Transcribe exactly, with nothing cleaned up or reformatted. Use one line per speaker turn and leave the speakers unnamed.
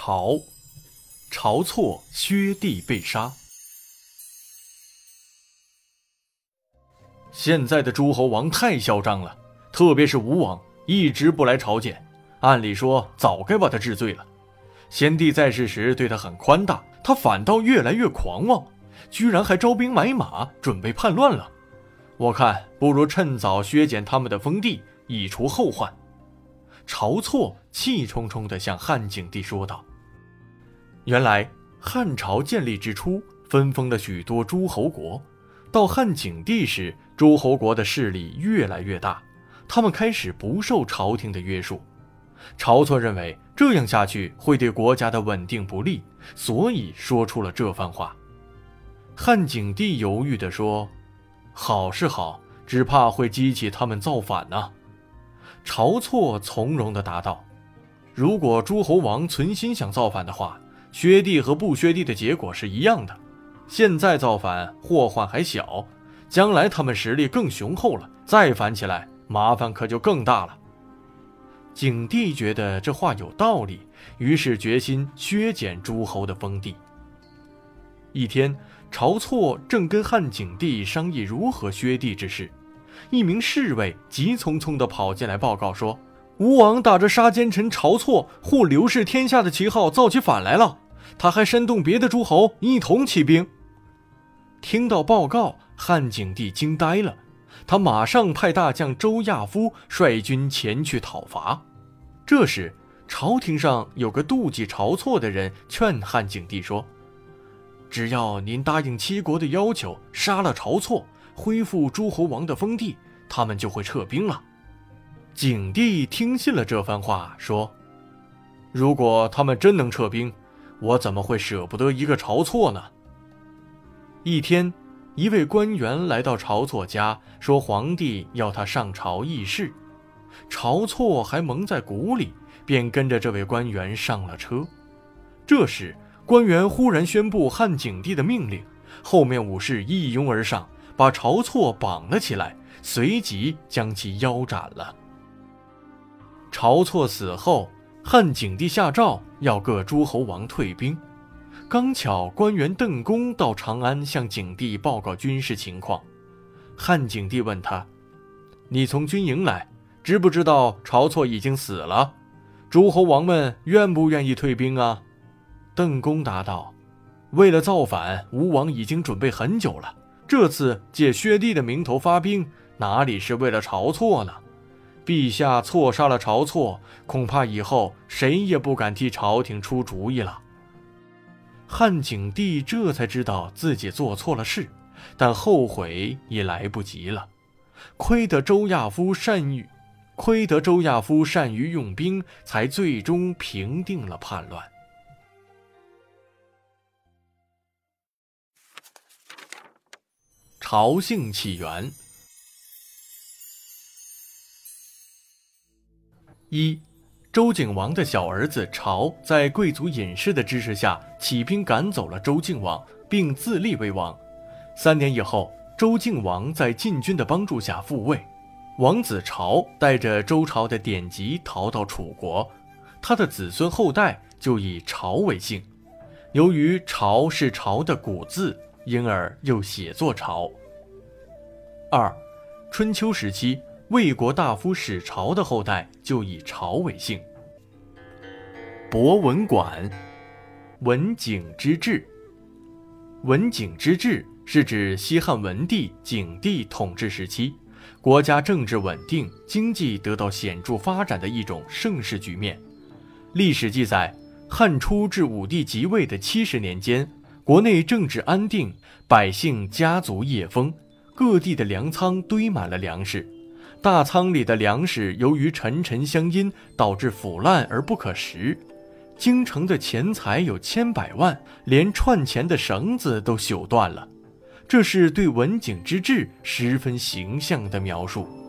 朝，晁错、薛帝被杀。现在的诸侯王太嚣张了，特别是吴王，一直不来朝见，按理说早该把他治罪了。先帝在世时对他很宽大，他反倒越来越狂妄，居然还招兵买马，准备叛乱了。我看不如趁早削减他们的封地，以除后患。晁错气冲冲地向汉景帝说道。原来汉朝建立之初，分封了许多诸侯国，到汉景帝时，诸侯国的势力越来越大，他们开始不受朝廷的约束。晁错认为这样下去会对国家的稳定不利，所以说出了这番话。汉景帝犹豫地说：好是好，只怕会激起他们造反啊。晁错从容地答道：如果诸侯王存心想造反的话，薛帝和不薛帝的结果是一样的。现在造反祸患还小，将来他们实力更雄厚了，再反起来麻烦可就更大了。景帝觉得这话有道理，于是决心削减诸侯的封地。一天，晁错正跟汉景帝商议如何削地之事，一名侍卫急匆匆地跑进来报告说，吴王打着杀奸臣晁错护刘氏天下的旗号造起反来了，他还煽动别的诸侯一同起兵。听到报告，汉景帝惊呆了，他马上派大将周亚夫率军前去讨伐。这时朝廷上有个妒忌晁错的人劝汉景帝说，只要您答应七国的要求，杀了晁错，恢复诸侯王的封地，他们就会撤兵了。景帝听信了这番话，说，如果他们真能撤兵，我怎么会舍不得一个晁错呢？一天，一位官员来到晁错家，说皇帝要他上朝议事。晁错还蒙在鼓里，便跟着这位官员上了车。这时官员忽然宣布汉景帝的命令，后面武士一拥而上，把晁错绑了起来，随即将其腰斩了。晁错死后，汉景帝下诏要各诸侯王退兵。刚巧官员邓公到长安向景帝报告军事情况，汉景帝问他，你从军营来，知不知道晁错已经死了？诸侯王们愿不愿意退兵啊？邓公答道，为了造反，吴王已经准备很久了，这次借薛帝的名头发兵，哪里是为了晁错呢？陛下错杀了晁错，恐怕以后谁也不敢替朝廷出主意了。汉景帝这才知道自己做错了事，但后悔已来不及了。亏得周亚夫善于亏得周亚夫善于用兵，才最终平定了叛乱。朝姓起源。一，周敬王的小儿子晁在贵族隐士的支持下起兵赶走了周敬王，并自立为王。三年以后，周敬王在晋军的帮助下复位，王子晁带着周朝的典籍逃到楚国，他的子孙后代就以晁为姓。由于晁是晁的古字，因而又写作晁。二，春秋时期魏国大夫史朝的后代就以晁为姓。博文馆，文景之治。文景之治是指西汉文帝、景帝统治时期，国家政治稳定，经济得到显著发展的一种盛世局面。历史记载，汉初至武帝即位的七十年间，国内政治安定，百姓家族业丰，各地的粮仓堆满了粮食。大仓里的粮食由于沉沉相因，导致腐烂而不可食。京城的钱财有千百万，连串钱的绳子都朽断了。这是对文景之治十分形象的描述。